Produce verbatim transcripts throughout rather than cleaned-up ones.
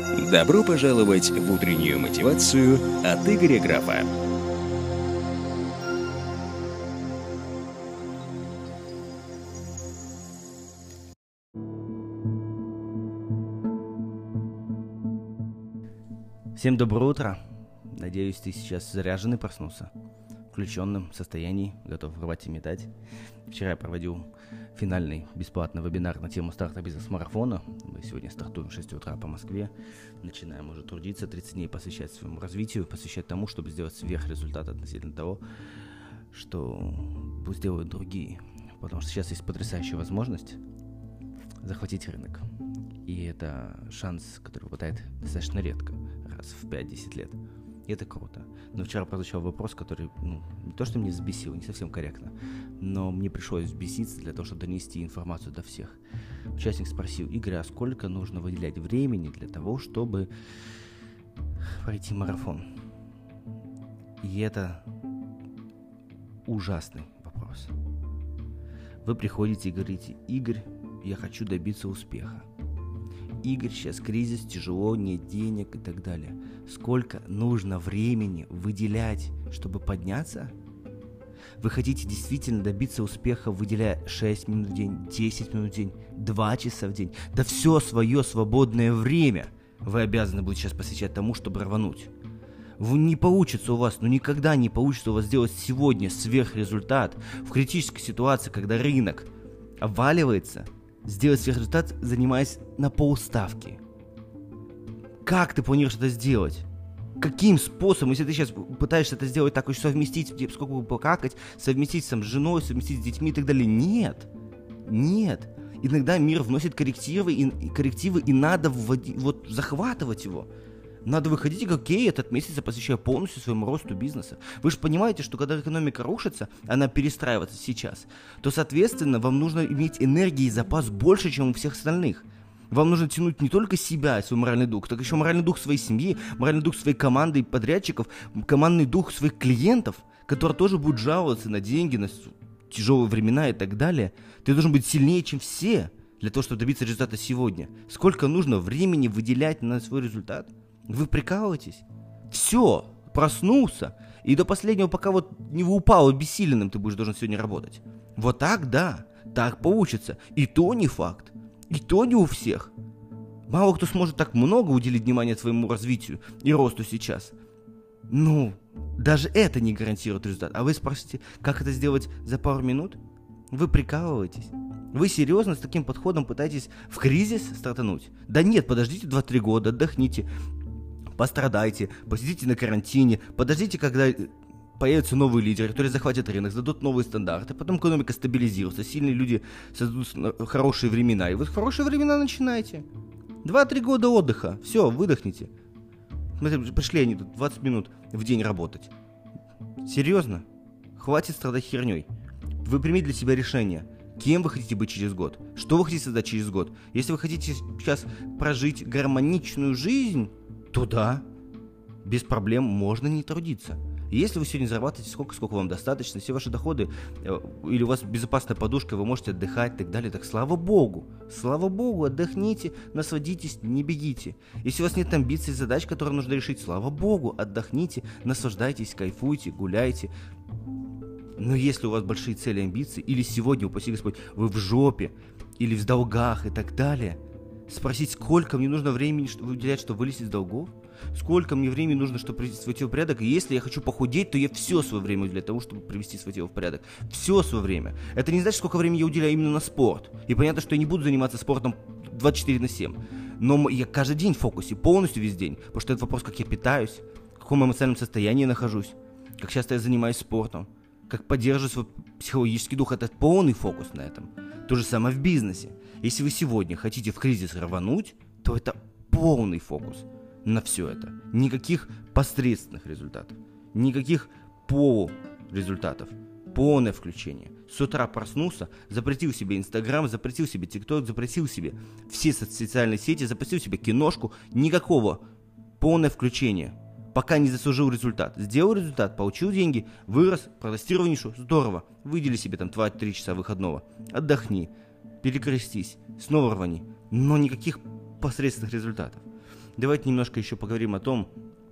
Добро пожаловать в утреннюю мотивацию от Игоря Графа. Всем доброе утро. Надеюсь, ты сейчас заряженный проснулся, в включенном состоянии, готов рвать и метать. Вчера я проводил финальный бесплатный вебинар на тему старта бизнес-марафона. Мы сегодня стартуем в шесть утра по Москве. Начинаем уже трудиться, тридцать дней посвящать своему развитию, посвящать тому, чтобы сделать сверхрезультат относительно того, что сделают другие. Потому что сейчас есть потрясающая возможность захватить рынок. И это шанс, который выпадает достаточно редко, раз в пять-десять лет. И это круто. Но вчера прозвучал вопрос, который, ну, не то что меня взбесил, не совсем корректно, но мне пришлось взбеситься для того, чтобы донести информацию до всех. Участник спросил: Игорь, а сколько нужно выделять времени для того, чтобы пройти марафон? И это ужасный вопрос. Вы приходите и говорите: Игорь, я хочу добиться успеха. Игорь, сейчас кризис, тяжело, нет денег и так далее. Сколько нужно времени выделять, чтобы подняться? Вы хотите действительно добиться успеха, выделяя шесть минут в день, десять минут в день, два часа в день? Да все свое свободное время вы обязаны будете сейчас посвящать тому, чтобы рвануть. Не получится у вас, ну никогда не получится у вас сделать сегодня сверхрезультат в критической ситуации, когда рынок обваливается, сделать сверхрезультат, занимаясь на полставки. Как ты планируешь это сделать? Каким способом, если ты сейчас пытаешься это сделать так, уж совместить, сколько бы покакать, совместить там, с женой, совместить с детьми и так далее? Нет. Нет. Иногда мир вносит коррективы, и, коррективы, и надо вводить, вот, захватывать его. Надо выходить и говорить: окей, этот месяц я посвящаю полностью своему росту бизнеса. Вы же понимаете, что когда экономика рушится, она перестраивается сейчас, то, соответственно, вам нужно иметь энергии и запас больше, чем у всех остальных. Вам нужно тянуть не только себя, свой моральный дух, так еще моральный дух своей семьи, моральный дух своей команды и подрядчиков, командный дух своих клиентов, которые тоже будут жаловаться на деньги, на тяжелые времена и так далее. Ты должен быть сильнее, чем все, для того, чтобы добиться результата сегодня. Сколько нужно времени выделять на свой результат? Вы прикалываетесь? Все, проснулся, и до последнего, пока вот не упал обессиленным, ты будешь должен сегодня работать. Вот так, да, так получится. И то не факт. И то не у всех. Мало кто сможет так много уделить внимания своему развитию и росту сейчас. Ну, даже это не гарантирует результат. А вы спросите, как это сделать за пару минут? Вы прикалываетесь? Вы серьезно с таким подходом пытаетесь в кризис стартануть? Да нет, подождите два-три года, отдохните, пострадайте, посидите на карантине, подождите, когда появятся новые лидеры, которые захватят рынок, зададут новые стандарты, потом экономика стабилизируется, сильные люди создадут хорошие времена, и вы в хорошие времена начинаете. два-три года отдыха, все, выдохните. Смотрите, пришли они тут двадцать минут в день работать. Серьезно? Хватит страдать херней. Вы примите для себя решение. Кем вы хотите быть через год? Что вы хотите создать через год? Если вы хотите сейчас прожить гармоничную жизнь, то да, без проблем можно не трудиться. И если вы сегодня зарабатываете сколько, сколько вам достаточно, все ваши доходы, э, или у вас безопасная подушка, вы можете отдыхать и так далее, так слава богу, слава богу, отдохните, насладитесь, не бегите. Если у вас нет амбиций, задач, которые нужно решить, слава богу, отдохните, наслаждайтесь, кайфуйте, гуляйте. Но если у вас большие цели, амбиции, или сегодня, упаси Господь, вы в жопе, или в долгах и так далее, спросить, сколько мне нужно времени уделять, чтобы вылезть из долгов, сколько мне времени нужно, чтобы привести свое тело в порядок, и если я хочу похудеть, то я все свое время уделяю для того, чтобы привести свое тело в порядок. Все свое время. Это не значит, сколько времени я уделяю именно на спорт. И понятно, что я не буду заниматься спортом двадцать четыре на семь. Но я каждый день в фокусе, полностью весь день. Потому что это вопрос, как я питаюсь, в каком эмоциональном состоянии я нахожусь, как часто я занимаюсь спортом, как поддерживаю свой психологический дух. Это полный фокус на этом. То же самое в бизнесе. Если вы сегодня хотите в кризис рвануть, то это полный фокус на все это. Никаких посредственных результатов. Никаких полурезультатов. Полное включение. С утра проснулся, запретил себе Инстаграм, запретил себе ТикТок, запретил себе все социальные сети, запретил себе киношку. Никакого. Полное включение. Пока не заслужил результат. Сделал результат, получил деньги, вырос, протестировал нишу, здорово. Выдели себе там два-три часа выходного. Отдохни, перекрестись, снова рвани. Но никаких посредственных результатов. Давайте немножко еще поговорим о том,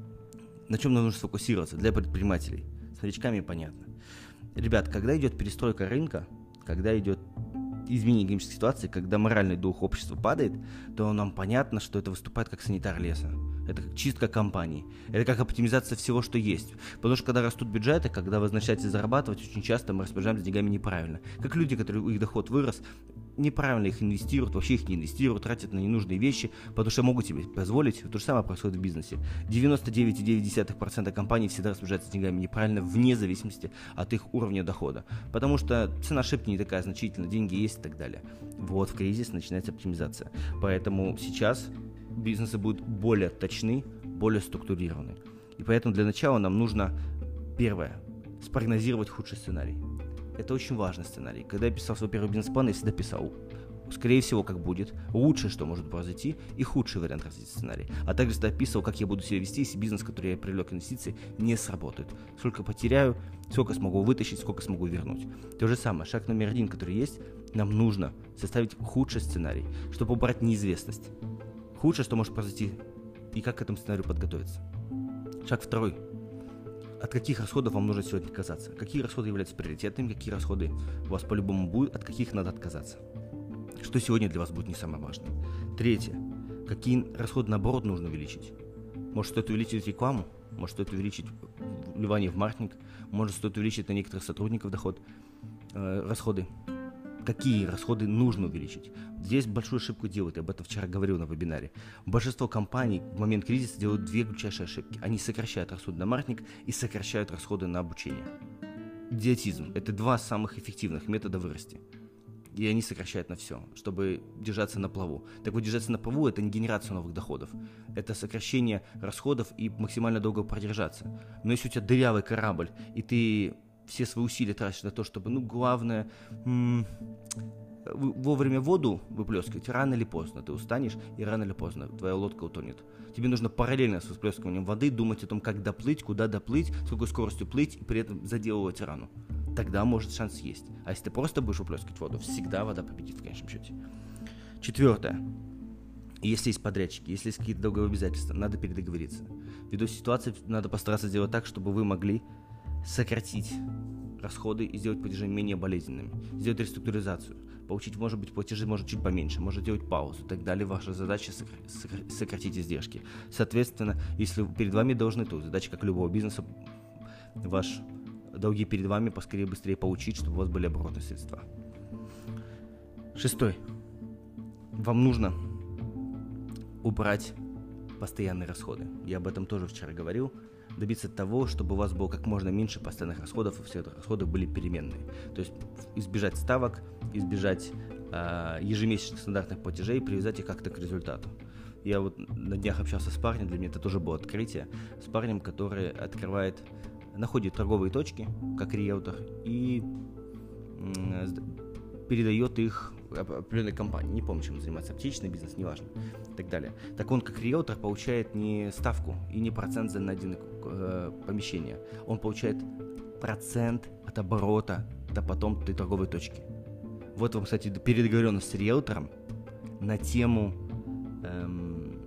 на чем нам нужно сфокусироваться для предпринимателей. С новичками понятно. Ребят, когда идет перестройка рынка, когда идет изменение экономической ситуации, когда моральный дух общества падает, то нам понятно, что это выступает как санитар леса. Это как чистка компании. Это как оптимизация всего, что есть. Потому что когда растут бюджеты, когда вы начинаете зарабатывать, очень часто мы распоряжаемся деньгами неправильно. Как люди, которые их доход вырос, неправильно их инвестируют, вообще их не инвестируют, тратят на ненужные вещи, потому что могут себе позволить. То же самое происходит в бизнесе. девяносто девять целых девять десятых процента компаний всегда распоряжаются деньгами неправильно, вне зависимости от их уровня дохода. Потому что цена ошибки не такая значительная, деньги есть и так далее. Вот в кризис начинается оптимизация. Поэтому сейчас бизнесы будут более точны, более структурированы. И поэтому для начала нам нужно, первое, спрогнозировать худший сценарий. Это очень важный сценарий. Когда я писал свой первый бизнес-план, я всегда писал, скорее всего, как будет, лучшее, что может произойти, и худший вариант развития сценария. А также всегда описывал, как я буду себя вести, если бизнес, который я привлек инвестиции, не сработает. Сколько потеряю, сколько смогу вытащить, сколько смогу вернуть. То же самое, шаг номер один, который есть, нам нужно составить худший сценарий, чтобы убрать неизвестность. Худшее, что может произойти, и как к этому сценарию подготовиться. Шаг второй. От каких расходов вам нужно сегодня отказаться? Какие расходы являются приоритетными, какие расходы у вас по-любому будут, от каких надо отказаться? Что сегодня для вас будет не самое важное? Третье. Какие расходы, наоборот, нужно увеличить? Может, стоит увеличить рекламу? Может, стоит увеличить вливание в маркетинг? Может, стоит увеличить на некоторых сотрудников доход, э, расходы? Какие расходы нужно увеличить? Здесь большую ошибку делают, я об этом вчера говорил на вебинаре. Большинство компаний в момент кризиса делают две ключайшие ошибки. Они сокращают расходы на маркетинг и сокращают расходы на обучение. Идиотизм – это два самых эффективных метода вырасти. И они сокращают на все, чтобы держаться на плаву. Так вот, держаться на плаву – это не генерация новых доходов. Это сокращение расходов и максимально долго продержаться. Но если у тебя дырявый корабль, и ты все свои усилия тратишь на то, чтобы, ну, главное, м- вовремя воду выплескивать, рано или поздно ты устанешь, и рано или поздно твоя лодка утонет. Тебе нужно параллельно с выплескиванием воды думать о том, как доплыть, куда доплыть, с какой скоростью плыть, и при этом заделывать рану. Тогда может шанс есть. А если ты просто будешь выплескивать воду, всегда вода победит в конечном счете. Четвертое. Если есть подрядчики, если есть какие-то долговые обязательства, надо передоговориться. Ввиду ситуации надо постараться сделать так, чтобы вы могли сократить расходы и сделать платежи менее болезненными, сделать реструктуризацию, получить, может быть, платежи может чуть поменьше, может делать паузу и так далее. Ваша задача сокр- сократить издержки. Соответственно, если перед вами должны, то задача, как любого бизнеса, ваш долги перед вами поскорее, быстрее получить, чтобы у вас были оборотные средства. Шестой. Вам нужно убрать постоянные расходы. Я об этом тоже вчера говорил. Добиться того, чтобы у вас было как можно меньше постоянных расходов, и все эти расходы были переменные. То есть избежать ставок, избежать э, ежемесячных стандартных платежей, привязать их как-то к результату. Я вот на днях общался с парнем, для меня это тоже было открытие, с парнем, который открывает, находит торговые точки, как риэлтор, и э, передает их определенной компании, не помню, чем занимается, аптечный бизнес, неважно, и так далее. Так он, как риэлтор, получает не ставку и не процент за найденное э, помещение. Он получает процент от оборота до потом той торговой точки. Вот вам, кстати, передоговоренность с риэлтором на тему эм,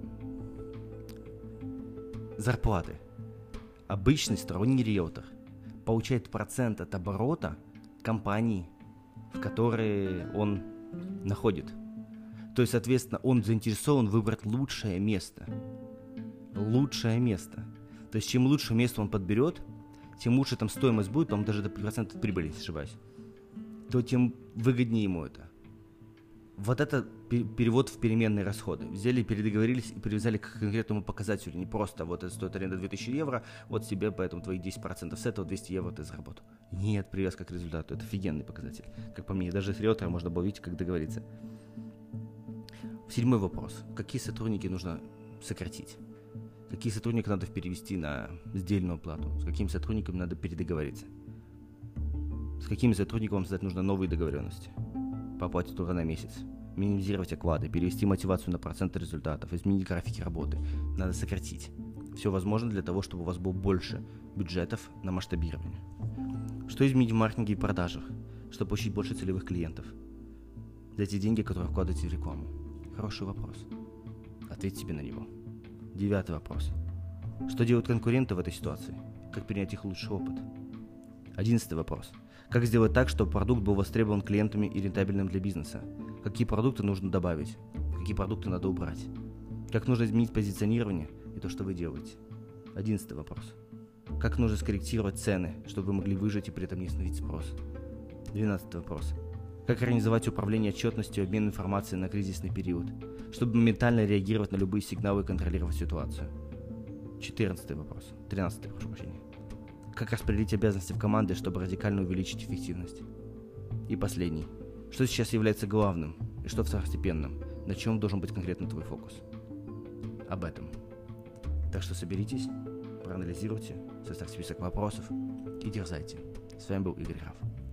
зарплаты. Обычный сторонний риэлтор получает процент от оборота компании, в которой он находит. То есть, соответственно, он заинтересован выбрать лучшее место. Лучшее место. То есть, чем лучше место он подберет, тем лучше там стоимость будет, по-моему, даже до процента прибыли, не ошибаюсь, то тем выгоднее ему это. Вот это перевод в переменные расходы. Взяли, передоговорились и привязали к конкретному показателю. Не просто вот это стоит аренда две тысячи евро, вот себе поэтому твои десять процентов с этого двести евро ты заработал. Нет, привязка к результату. Это офигенный показатель. Как по мне, даже с риэлтором можно было видеть, как договориться. Седьмой вопрос. Какие сотрудники нужно сократить? Какие сотрудников надо перевести на сдельную плату? С какими сотрудниками надо передоговориться? С какими сотрудниками вам создать нужно новые договоренности? По оплате труда на месяц. Минимизировать оклады, перевести мотивацию на проценты результатов, изменить графики работы. Надо сократить. Все возможно для того, чтобы у вас было больше бюджетов на масштабирование. Что изменить в маркетинге и продажах, чтобы получить больше целевых клиентов? За эти деньги, которые вкладываете в рекламу. Хороший вопрос. Ответьте себе на него. Девятый вопрос. Что делают конкуренты в этой ситуации? Как перенять их лучший опыт? Одиннадцатый вопрос. Как сделать так, чтобы продукт был востребован клиентами и рентабельным для бизнеса? Какие продукты нужно добавить? Какие продукты надо убрать? Как нужно изменить позиционирование и то, что вы делаете? Одиннадцатый вопрос. Как нужно скорректировать цены, чтобы вы могли выжить и при этом не снизить спрос? Двенадцатый вопрос. Как организовать управление отчетностью и обмен информацией на кризисный период, чтобы моментально реагировать на любые сигналы и контролировать ситуацию? Четырнадцатый вопрос. Тринадцатый, прошу прощения. Как распределить обязанности в команде, чтобы радикально увеличить эффективность? И последний. Что сейчас является главным и что второстепенным? На чем должен быть конкретно твой фокус? Об этом. Так что соберитесь, проанализируйте, составьте список вопросов и дерзайте. С вами был Игорь Раф.